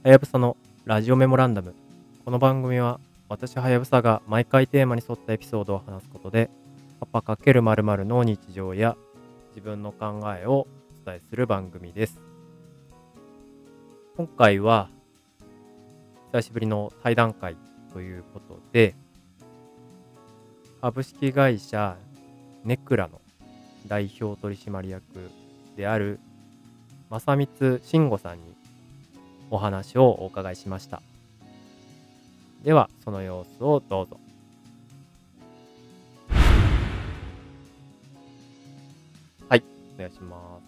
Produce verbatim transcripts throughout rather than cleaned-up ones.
はやぶさのラジオメモランダム。この番組は私はやぶさが毎回テーマに沿ったエピソードを話すことで、パパ ×〇〇の日常や自分の考えをお伝えする番組です。今回は久しぶりの対談会ということで、株式会社ネクラの代表取締役である正光慎吾さんにお話をお伺いしました。ではその様子をどうぞ。はい、お願いします。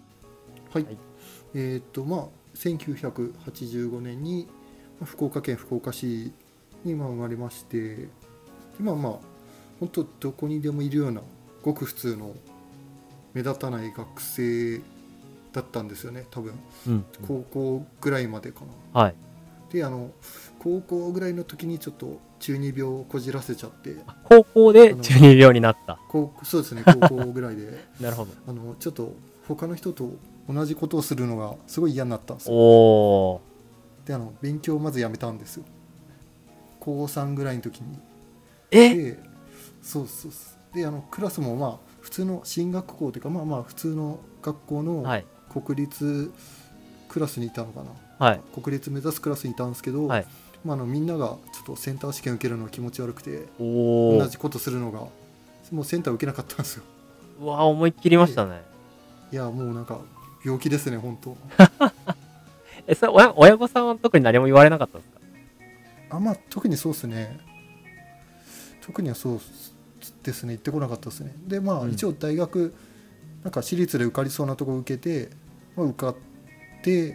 はい、 はい、 えっ、とまあせんきゅうひゃくはちじゅうごねんに福岡県福岡市にまあ生まれまして、でまあまあ本当どこにでもいるようなごく普通の目立たない学生だったんですよね、多分、 うん、 高校ぐらいまでかな。 はい。 であの高校ぐらいの時にちょっと中二病をこじらせちゃって、 高校で中二病になった。 高そうですね高校ぐらいでなるほど。 あのちょっと他の人と同じことをするのがすごい嫌になったんですよ。 おー。 であの勉強をまずやめたんですよ、高さんぐらいの時に。 えでそうそうそうであのクラスもまあ普通の進学校というかまあまあ普通の学校のはい。 国立クラスにいたのかな、 はい。 国立目指すクラスにいたんですけど、 はい。 まあ、あのみんながちょっとセンター試験受けるのが気持ち悪くておー。 同じことするのがもうセンター受けなかったんですよ。 うわー、思いっきりましたね。 いやもうなんか病気ですね本当。 え、それ親、親御さんは特に何も言われなかったんですか？ あまあ特にそうですね、特にはそうですね、行ってこなかったですね。でまあ、 うん一応大学なんか私立で受かりそうなところ受けて、まあ、受かって、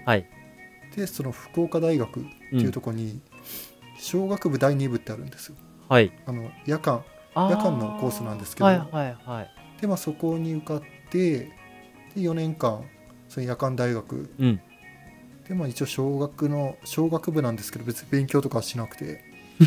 はい。 でその福岡大学っていうところに小学部だいに部ってあるんですよ。 はい。 あの夜間あー夜間のコースなんですけど、 はいはいはい。 でまあ、そこに受かってでよねんかんその夜間大学うん。 で、まあ、一応小学の小学部なんですけど別に勉強とかはしなくて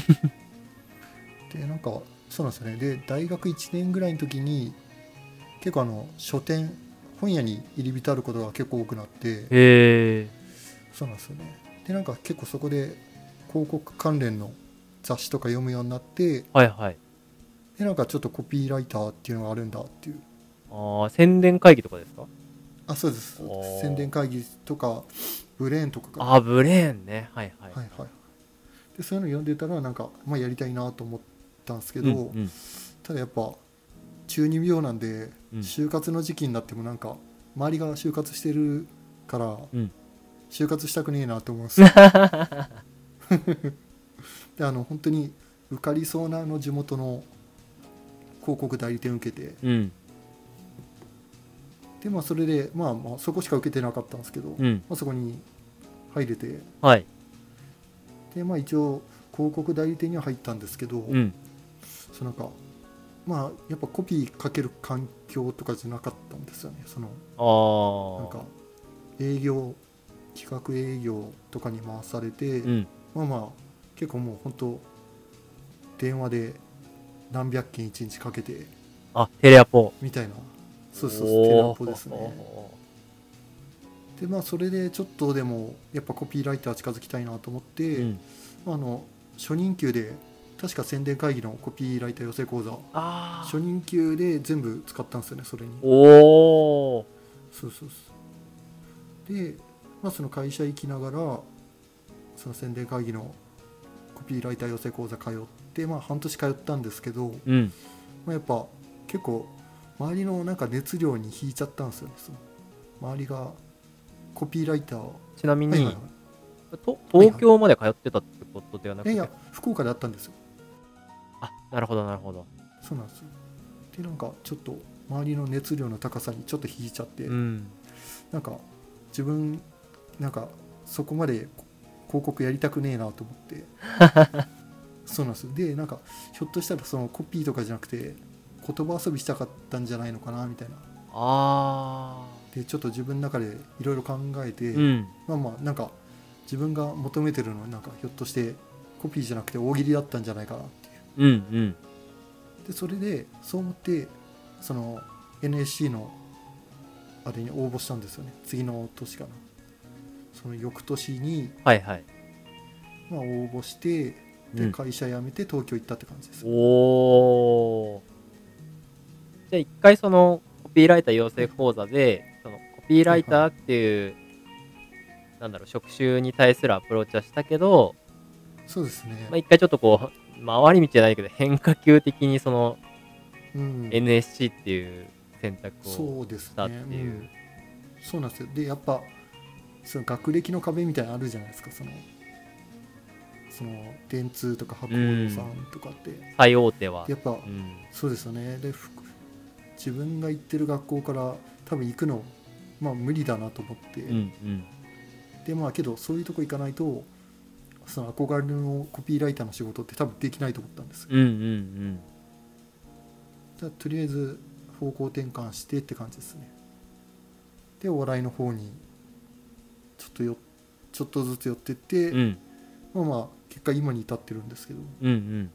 でなんかそうなんですよね。で大学いちねんぐらいの時に結構あの書店本屋に入り浸ることが結構多くなって、 へそうなんですよね。でなんか結構そこで広告関連の雑誌とか読むようになって、 ー。はいはい。 でなんかちょっとコピーライターっていうのがあるんだっていう。 あー、宣伝会議とかですか？ あそうですそうです、宣伝会議とかブレーンとかかな。 あー、ブレーンね。はいはい。 はいはい。でそういうの読んでたらなんか、まあ、やりたいなと思ったんですけど、 うんうんただやっぱ中二病なんで、 うん就活の時期になってもなんか周りが就活してるからうん就活したくねえなと思うんですよであの本当に受かりそうなあの地元の広告代理店受けて、 うんでまあそれで、まあ、まあそこしか受けてなかったんですけど、 うんまあ、そこに入れて、 はい。 でまあ一応広告代理店には入ったんですけど、 うんそのなんかまあやっぱコピーかける環境とかじゃなかったんですよね。そのあなんか営業企画営業とかに回されて、 ー。うんまあまあ結構もう本当電話で何百件一日かけてあ、テレアポ。 みたいな、そうそうおーテレアポですね。でまあそれでちょっとでもやっぱコピーライター近づきたいなと思って、 うんまあ、あの初任給で確か宣伝会議のコピーライター養成講座あ初任給で全部使ったんですよね、それに。 ー。おー。 そうそうそうで、まあ、その会社行きながらその宣伝会議のコピーライター養成講座通って、まあ、半年通ったんですけど、 うんまあ、やっぱ結構周りのなんか熱量に引いちゃったんですよね。その周りがコピーライターをちなみに、 はいはいはいと東京まで通ってたってことではなくて、 いやいや福岡であったんですよ。 あ、なるほどなるほど。 そうなんですよ。でなんかちょっと周りの熱量の高さにちょっと引いちゃって、 うん。 なんか自分なんかそこまで広告やりたくねえなと思ってそうなんですよ。でなんかひょっとしたらそのコピーとかじゃなくて言葉遊びしたかったんじゃないのかなみたいな。 あでちょっと自分の中でいろいろ考えて、 ー。うん。 まあまあなんか自分が求めてるのはなんかひょっとしてコピーじゃなくて大喜利だったんじゃないかなっていう。 うんうんでそれでそう思ってその エヌエスシー のあれに応募したんですよね。次の年かな、その翌年にはいはい。 まあ、応募してでうん会社辞めて東京行ったって感じです。 おー。じゃあ一回そのコピーライター養成講座で、そのコピーライターっていう、なんだろう、職種に対するアプローチはしたけど、 そうですね。 まあ一回ちょっとこう、回り道じゃないけど変化球的にそのうん、 エヌエスシー っていう選択をそうでしたっすね。うていう。 ん、そうなんですよ。でやっぱその学歴の壁みたいなのあるじゃないですか。そのその電通とか博報さんとかって、で最大手は。 やっぱうん。 そうですよね。でふ自分が行ってる学校から多分行くのまあ無理だなと思って、 うんうんでまあけどそういうとこ行かないとその憧れのコピーライターの仕事って多分できないと思ったんですよ。 うんうんじゃあとりあえず方向転換してって感じですね。でお笑いの方にちょっとよちょっとずつ寄ってって、 うんうんまあまあ結果今に至ってるんですけど、っうんうん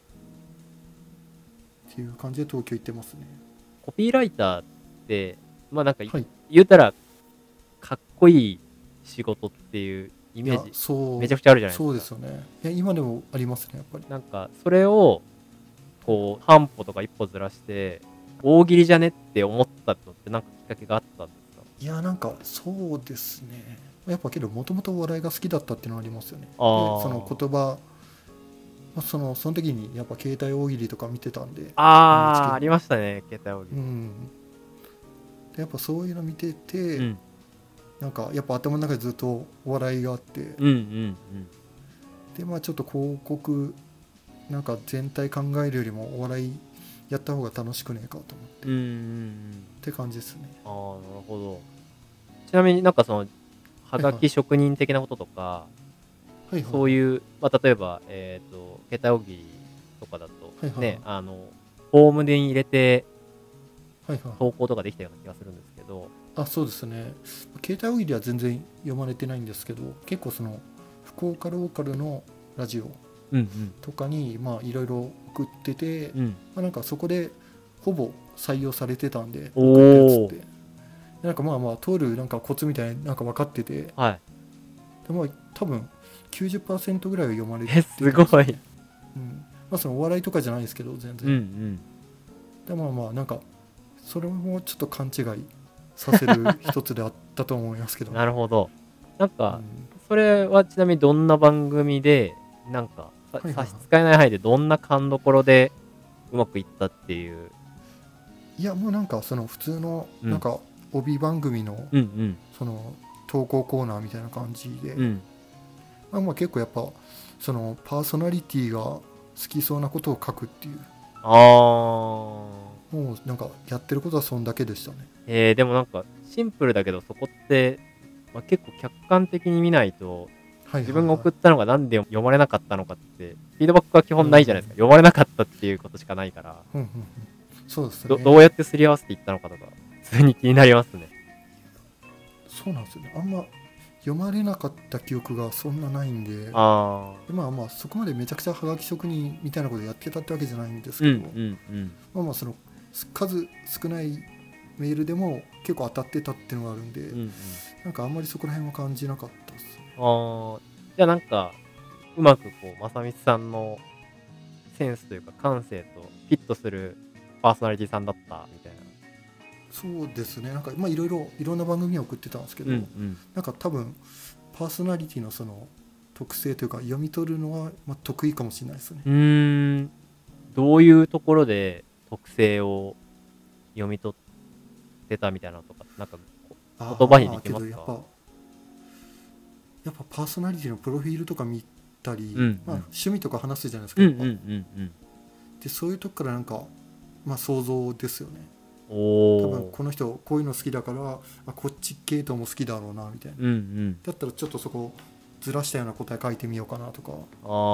ていう感じで東京行ってますね。 コピーライターってまあなんかはい。 言うたらかっこいい仕事っていうイいやメージそうめちゃくちゃあるじゃないですそうでか。 すよね。いや今でもありますねやっぱり。 なんかそれをこう半歩とか一歩ずらして大喜利じゃねって思ったのってなんかきっかけがあったんですか？ いやなんかそうですね。やっぱけどもともとお笑いが好きだったっていうのはありますよね。 あでそのー言葉まあそのその時にやっぱ携帯大喜利とか見てたんであーエヌエイチケー のありましたね携帯大喜利。 うんでやっぱそういうの見てて、 うんなんかやっぱ頭の中でずっとお笑いがあって、 うんうんでまあちょっと広告なんか全体考えるよりもお笑いやった方が楽しくねえかと思ってっうんうんうんうんて感じですね。 ああなるほど。ちなみになんかそのはがき職人的なこととか、 はいはいはいそういう、まあ、例えば、えっ、と、携帯大喜利とかだと、 はいはいね、あの、フォームで入れてはいはい投稿とかできたような気がするんですけど、 あそうですね。携帯大喜利は全然読まれてないんですけど、結構その福岡ローカルのラジオうんとかにまあいろいろ送ってて、 うん。うん。 まあ、なんかそこでほぼ採用されてたんでお送ったやつっー。 てなんかまあまあ通るなんかコツみたいななんか分かってて、ではい。 まあ多分きゅうじゅっパーセントぐらいは読まれてえ、 るすごい。 うんまあそのお笑いとかじゃないですけど全うんう然、 ん。 でまあまあなんかそれもちょっと勘違いさせる一つであったと思いますけど、 なるほど。なんか、 うん、 それはちなみにどんな番組で、なんか、さはいはいはい差し支えない範囲でどんな勘どころでうまくいったっていう。 いやもうなんかその普通のうんなんか帯番組のうんうんその投稿コーナーみたいな感じで、 うんまあまあ結構やっぱそのパーソナリティが好きそうなことを書くっていうあーもうなんかやってることはそんだけでしたね。 えー、でもなんかシンプルだけどそこって、まあ、結構客観的に見ないと自分がはいはいはい送ったのがなんで読まれなかったのかってフィードバックは基本ないじゃないですか、読まれなかったっていうことしかないから、 うんうんうんそうですね。 どどうやってすり合わせていったのかとか普通に気になりますね。 そうなんですよね。あんま読まれなかった記憶がそんなないんで、 ああでまあまあそこまでめちゃくちゃはがき職人みたいなことやってたってわけじゃないんですうんけど、 うんうんまあまあその数少ないメールでも結構当たってたっていうのがあるんで、 うんうんなんかあんまりそこら辺は感じなかったですね。 あーじゃあなんかうまくこう正光さんのセンスというか感性とフィットするパーソナリティさんだったみたいな。 そうですね。なんかまあいろいろいろんな番組を送ってたんですけど、 うんうんなんか多分パーソナリティのその特性というか読み取るのはまあ得意かもしれないですね。 うーんどういうところで特性を読み取ってたみたいなのとか、なんかあ言葉にであきますか？ けどやっぱやっぱパーソナリティのプロフィールとか見たり、 うんうんまあ、趣味とか話すじゃないですか、 うんうんうやっぱんうん。 でそういうとこからなんか、まあ、想像ですよね。 お多分お。 この人こういうの好きだからあこっち系統も好きだろうなみたいな、 うんうん。 だったらちょっとそこずらしたような答え書いてみようかなとか、 ああ。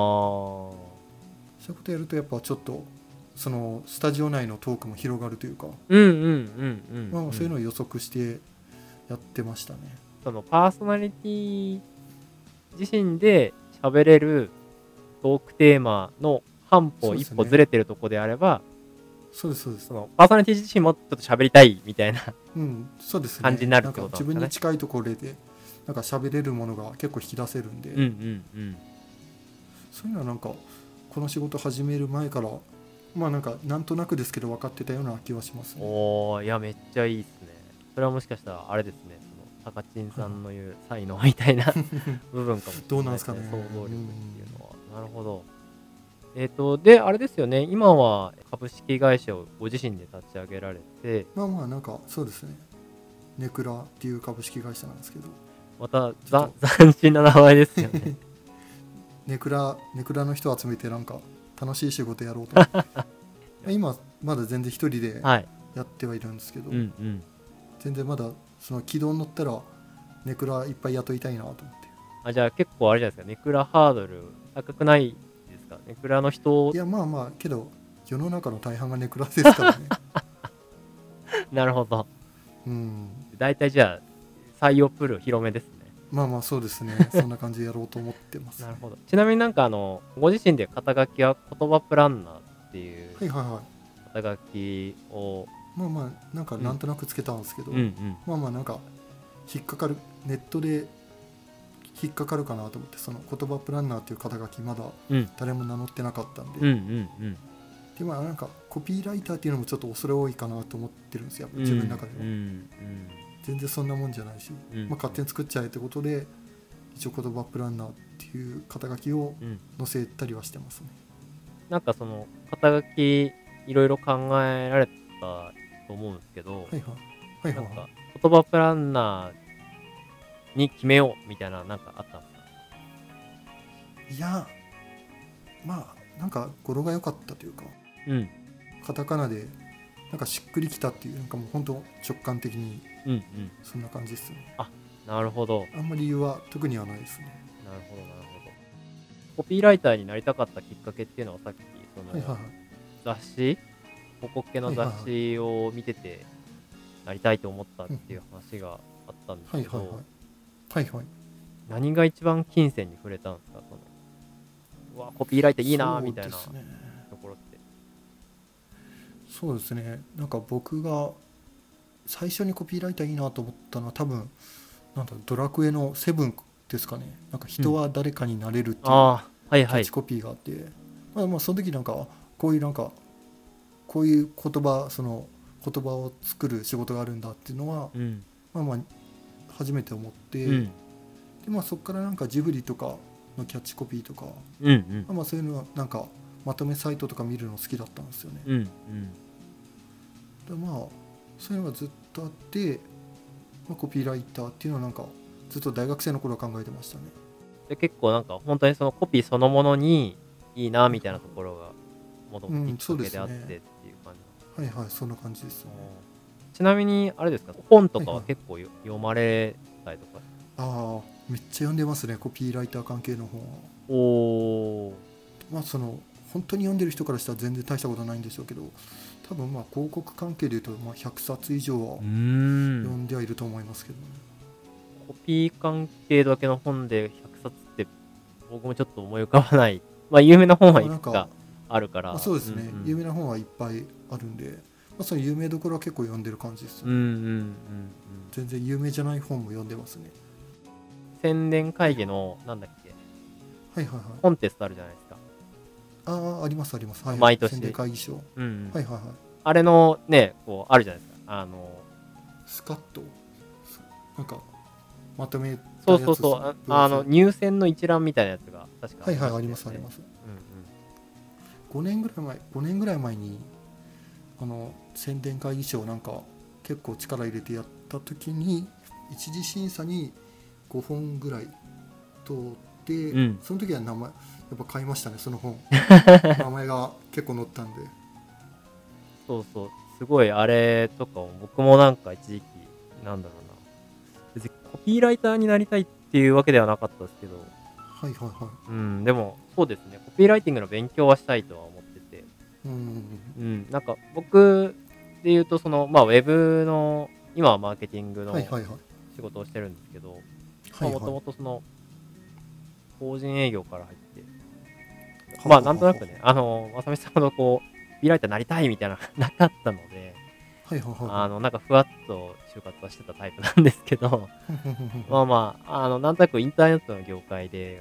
そういうことやるとやっぱちょっとそのスタジオ内のトークも広がるというか、 うんうんうんうん、 まあ、そういうのを予測してやってましたね。 そのパーソナリティ自身で喋れるトークテーマの半歩一歩ずれてるとこであれば、 そうですそうですそのパーソナリティ自身もちょっと喋りたいみたいなうんそうですね感じになるってことなんか自なんですかね。 分に近いところでなんか喋れるものが結構引き出せるんで、 うんうんうん。 そういうのはなんかこの仕事始める前からまあなんかなんとなくですけど分かってたような気はしますね。 おー、いや、めっちゃいいっすね。それはもしかしたら、あれですね、その、タカチンさんの言う才能みたいな部分かもしれないですね。 どうなんですかね。 想像力っていうのは。なるほど。えっ、と、で、あれですよね、今は株式会社をご自身で立ち上げられて、 まあまあなんかそうですね。ネクラっていう株式会社なんですけど、 またちょっと斬新な名前ですよね。 ネクラネクラの人集めてなんか楽しい仕事やろうと思って今まだ全然一人ではい。 やってはいるんですけど、 うんうん。 全然まだその軌道に乗ったらネクラいっぱい雇いたいなと思って。 あ、じゃあ結構あれじゃないですか、ネクラハードル高くないですか？ネクラの人、 いやまあまあけど世の中の大半がネクラですからね。 なるほど。 うん大体じゃあ、採用プール広めですね。 まあまあそうですね。そんな感じでやろうと思ってます、ね。 なるほど。ちなみになんかあの、ご自身で肩書きは言葉プランナーっていうはいはいはい。 肩書きを、 まあまあなんかなんとなくつけたんですけど、 うんうん。 まあまあなんか引っかかるネットで引っかかるかなと思ってその言葉プランナーっていう肩書きまだうん誰も名乗ってなかったんで、 うんうんでまあなんかコピーライターっていうのもちょっと恐れ多いかなと思ってるんですようん。 自分の中では、 うんうん全然そんなもんじゃないし、 うんうん。 まあ、勝手に作っちゃえってことで一応言葉プランナーっていう肩書きをうん。 載せたりはしてますね。 なんかその肩書きいろいろ考えられたと思うんですけど、 はいはいはいはいはなんか言葉プランナーに決めようみたいななんかあったんですか？ い。いやまあなんか語呂が良かったというかうんカタカナでなんかしっくりきたっていうなんかもう本当直感的にうんうん。 そんな感じですね。 あ、なるほど。 あんまり理由は特にはないですね。 なるほどなるほど。コピーライターになりたかったきっかけっていうのはさっきそのはいはいはい雑誌広告系の雑誌を見ててなりたいと思ったっていう話があったんですけはいはいはいど、 はいはい。 何が一番金銭に触れたんですか？そのうわコピーライターいいなみたいなそうですね。 ところって。 そうですね。なんか僕が最初にコピーライターいいなと思ったのは多分なんだドラクエのセブンですかね。なんか人は誰かになれるっていうああ、はいはい。 キャッチコピーがあって、まあまあその時なんかこういうなんかこういう言葉その言葉を作る仕事があるんだっていうのはうん。 まあまあ初めて思って、 うん。 でまあそこからなんかジブリとかのキャッチコピーとか、 うんうん。 まあまあそういうのはなんかまとめサイトとか見るの好きだったんですよね。 うんうん。 でまあそういうのがずっとあって、まあ、コピーライターっていうのはなんかずっと大学生の頃は考えてましたね。 で結構なんか本当にそのコピーそのものにいいなみたいなところがもともときっかけであってっていう感じなんですね。 はいはいそんな感じですね。 ちなみにあれですか、本とかは結構よ読まれたりとか。 ああめっちゃ読んでますねコピーライター関係の本は。 おお。 まあその本当に読んでる人からしたら全然大したことないんでしょうけど、多分まあ広告関係でいうとまあひゃくさつ以上はう読ーん。 んではいると思いますけどね。 コピー関係だけの本でひゃくさつって僕もちょっと思い浮かばない。まあ有名な本はいくつかあるから。 まあ、そうですね、 うんうん、 有名な本はいっぱいあるんで、まあ、その有名どころは結構読んでる感じですよね。 うんうんうんうん。 全然有名じゃない本も読んでますね。 宣伝会議のなんだっけ、 はいはいはい。 コンテストあるじゃないですか。 ああありますあります。はい、 毎年宣伝会議賞。 うんうん、 はいはいはい。 あれのね、こうあるじゃないですか。あのスカッとなんかまとめたそうやつそうそう、ああの入選の一覧みたいなやつが確かはいはいありまますあります。 うんごねんぐらい前ごねんぐらい前にあの宣伝会議賞なんか結構力入れてやった時に一次審査にごほんぐらい通って、 うん、 その時は名前やっぱ買いましたねその本名前が結構載ったんで。 そうそう、すごいあれとかを僕もなんか一時期なんだろうな、別にコピーライターになりたいっていうわけではなかったですけど、 はいはいはい。 うん、でもそうですね、コピーライティングの勉強はしたいとは思ってて、 うんうんうん、なんか僕で言うとそのまあウェブの今はマーケティングのはいはいはい仕事をしてるんですけど、 はいもともとその法人営業から入って、 はまあなんとなくね、あのまさみさんほどこうコピーライターになりたいみたいななかったので、 はいはいはいあのなんかふわっと就活はしてたタイプなんですけど、まあまああのなんとなくインターネットの業界では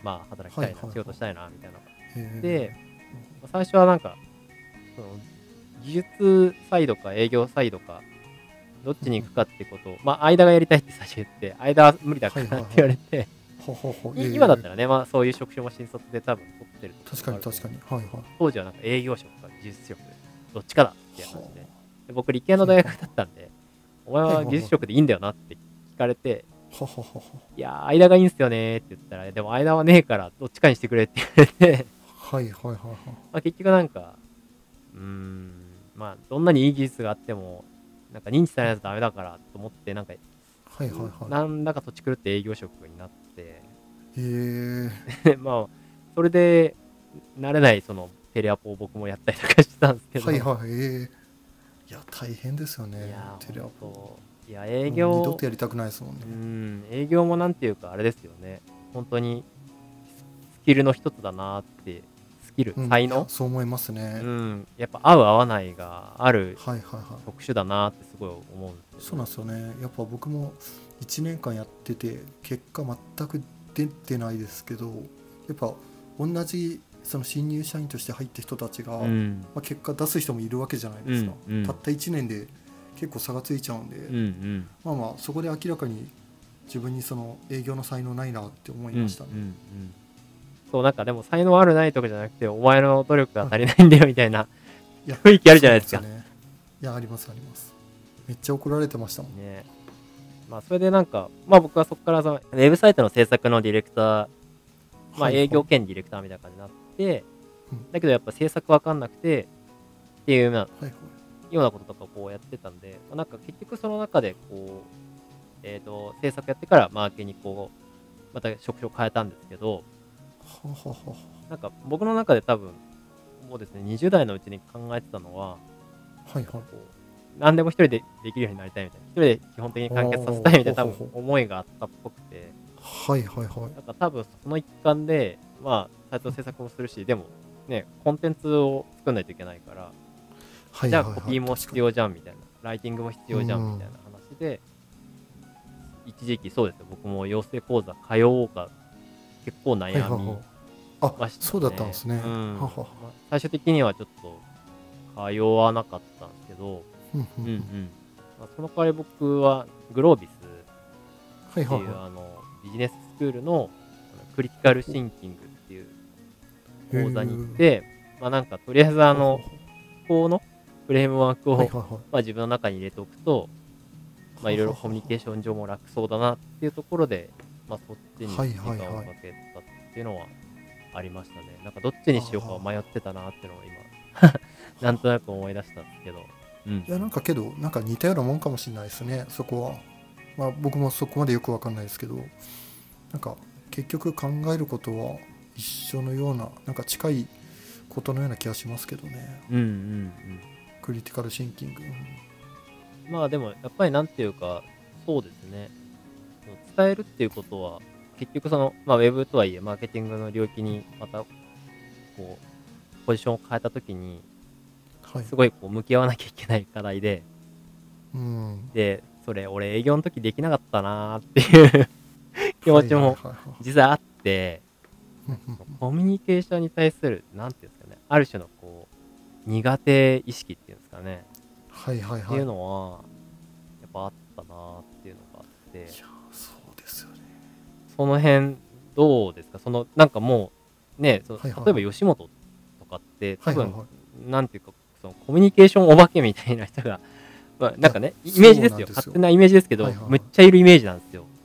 まあ働きたいな、 はいはいはい仕事したいなみたいなのがへーで、まあ最初はなんかその技術サイドか営業サイドかどっちに行くかってことを、まあ間がやりたいって最初言って、間は無理だからってはいはいはい言われて、 ほほほいえー今だったらね、まあそういう職種も新卒で多分取ってると確かにころがあると確かに。はいはい。 当時はなんか営業職か技術職どっちかだっていう話はで、で僕理系の大学だったんで、お前は技術職でいいんだよなって聞かれて、 ははははいやー間がいいんすよねーって言ったら、でも間はねえからどっちかにしてくれって言われて、 はいはいはいはい。 まあ結局なんか、うーん、まあどんなにいい技術があっても、なんか認知されないとダメだからと思って、なんか、 はいはいはい。 なんだか土地狂って営業職になって、 へえ。 まあ、それで、慣れないそのテレアポを僕もやったりとかしてたんですけど、 はいはい。ええ。いや、大変ですよいね。 やテレアポ。 ポ。いや、営もう業、 二度とやりたくないですもんうね。 ん、営業もなんていうか、あれですよね。本当に、スキルの一つだなって、スキル、 うん才能いやそう思いますうね。 ん、やっぱ合う合わないがあるはいはいはい。 特殊だなってすごい思うんですそうなんですよね。やっぱ僕もいちねんかんやってて結果全く出てないですけど、やっぱ同じその新入社員として入った人たちが、 うん、 まあ、結果出す人もいるわけじゃないですか、 うんうんたったいちねんで結構差がついちゃうんで、 うんうんまあまあそこで明らかに自分にその営業の才能ないなって思いましたね、 うんうんうん、そうなんかでも才能あるないとかじゃなくてお前の努力が足りないんだよみたいな、 いや雰囲気あるじゃないですか。 そうなんよね、いやありますあります。めっちゃ怒られてましたもんね。まあそれでなんかまあ僕はそこからそのウェブサイトの制作のディレクター、まあはい営業兼ディレクターみたいな感じになって、 うんだけどやっぱ制作わかんなくてっていうようなはいはいようなこととかこうやってたんで、まあ、なんか結局その中でこうえっ、と制作やってからマーケにこうまた職種を変えたんですけど、 ははははなんか僕の中で多分もうですねにじゅう代のうちに考えてたのは、 はいはいこう何でも一人でできるようになりたいみたいな、一人で基本的に完結させたいみたいな多分思いがあったっぽくて、 はいはいはいなんか多分その一環でまあサイトの制作もするし、でもねコンテンツを作んないといけないから、 はいはいはいじゃあコピーも必要じゃんみたいな、ライティングも必要じゃんみたいな話で、一時期そうですよ、僕も養成講座通おうか結構悩みはいはいはいあましたね。 そうだったんですね、 うんははまあ最終的にはちょっと通わなかったんですけど、 うんううんうんんまあ、その代わり僕はグロービスはいってはいはいうあのビジネススクールのあのクリティカルシンキングっていうい講座に行って、まあなんかとりあえずあのこのフレームワークを、 はいはいはいまあ、自分の中に入れておくと、まあ、いろいろコミュニケーション上も楽そうだなっていうところで、まあ、そっちに時間をかけたっていうのはありましたね。なんかどっちにしようか迷ってたなっていうのを今なんとなく思い出したんですけど、うん、 いやなんかけどなんか似たようなもんかもしれないですねそこは。まあ僕もそこまでよくわかんないですけど、なんか結局考えることは一緒のようななんか近いことのような気がしますけどね。 うんうんうんクリティカルシンキング、 まあでもやっぱりなんていうかそうですね、伝えるっていうことは結局その、まあ、ウェブとはいえマーケティングの領域にまたこうポジションを変えた時にはい、 すごいこう向き合わなきゃいけない課題で、 うんでそれ俺営業の時できなかったなーっていう気持ちもはいはいはいはい実際あって、 うんうんコミュニケーションに対するなんていうんですかね、ある種のこう苦手意識っていうんですかね、 はいはいはい。 っていうのはやっぱあったなーっていうのがあって、 いやそうですよね。 その辺どうですか？そのなんかもうね、そのはいはい例えば吉本とかって多分、 はいはいはなんていうかそのコミュニケーションお化けみたいな人が、まあ、なんかねイメージですよ、 そうなんですよ勝手なイメージですけど、 はいはいはいむっちゃいるイメージなんですよ。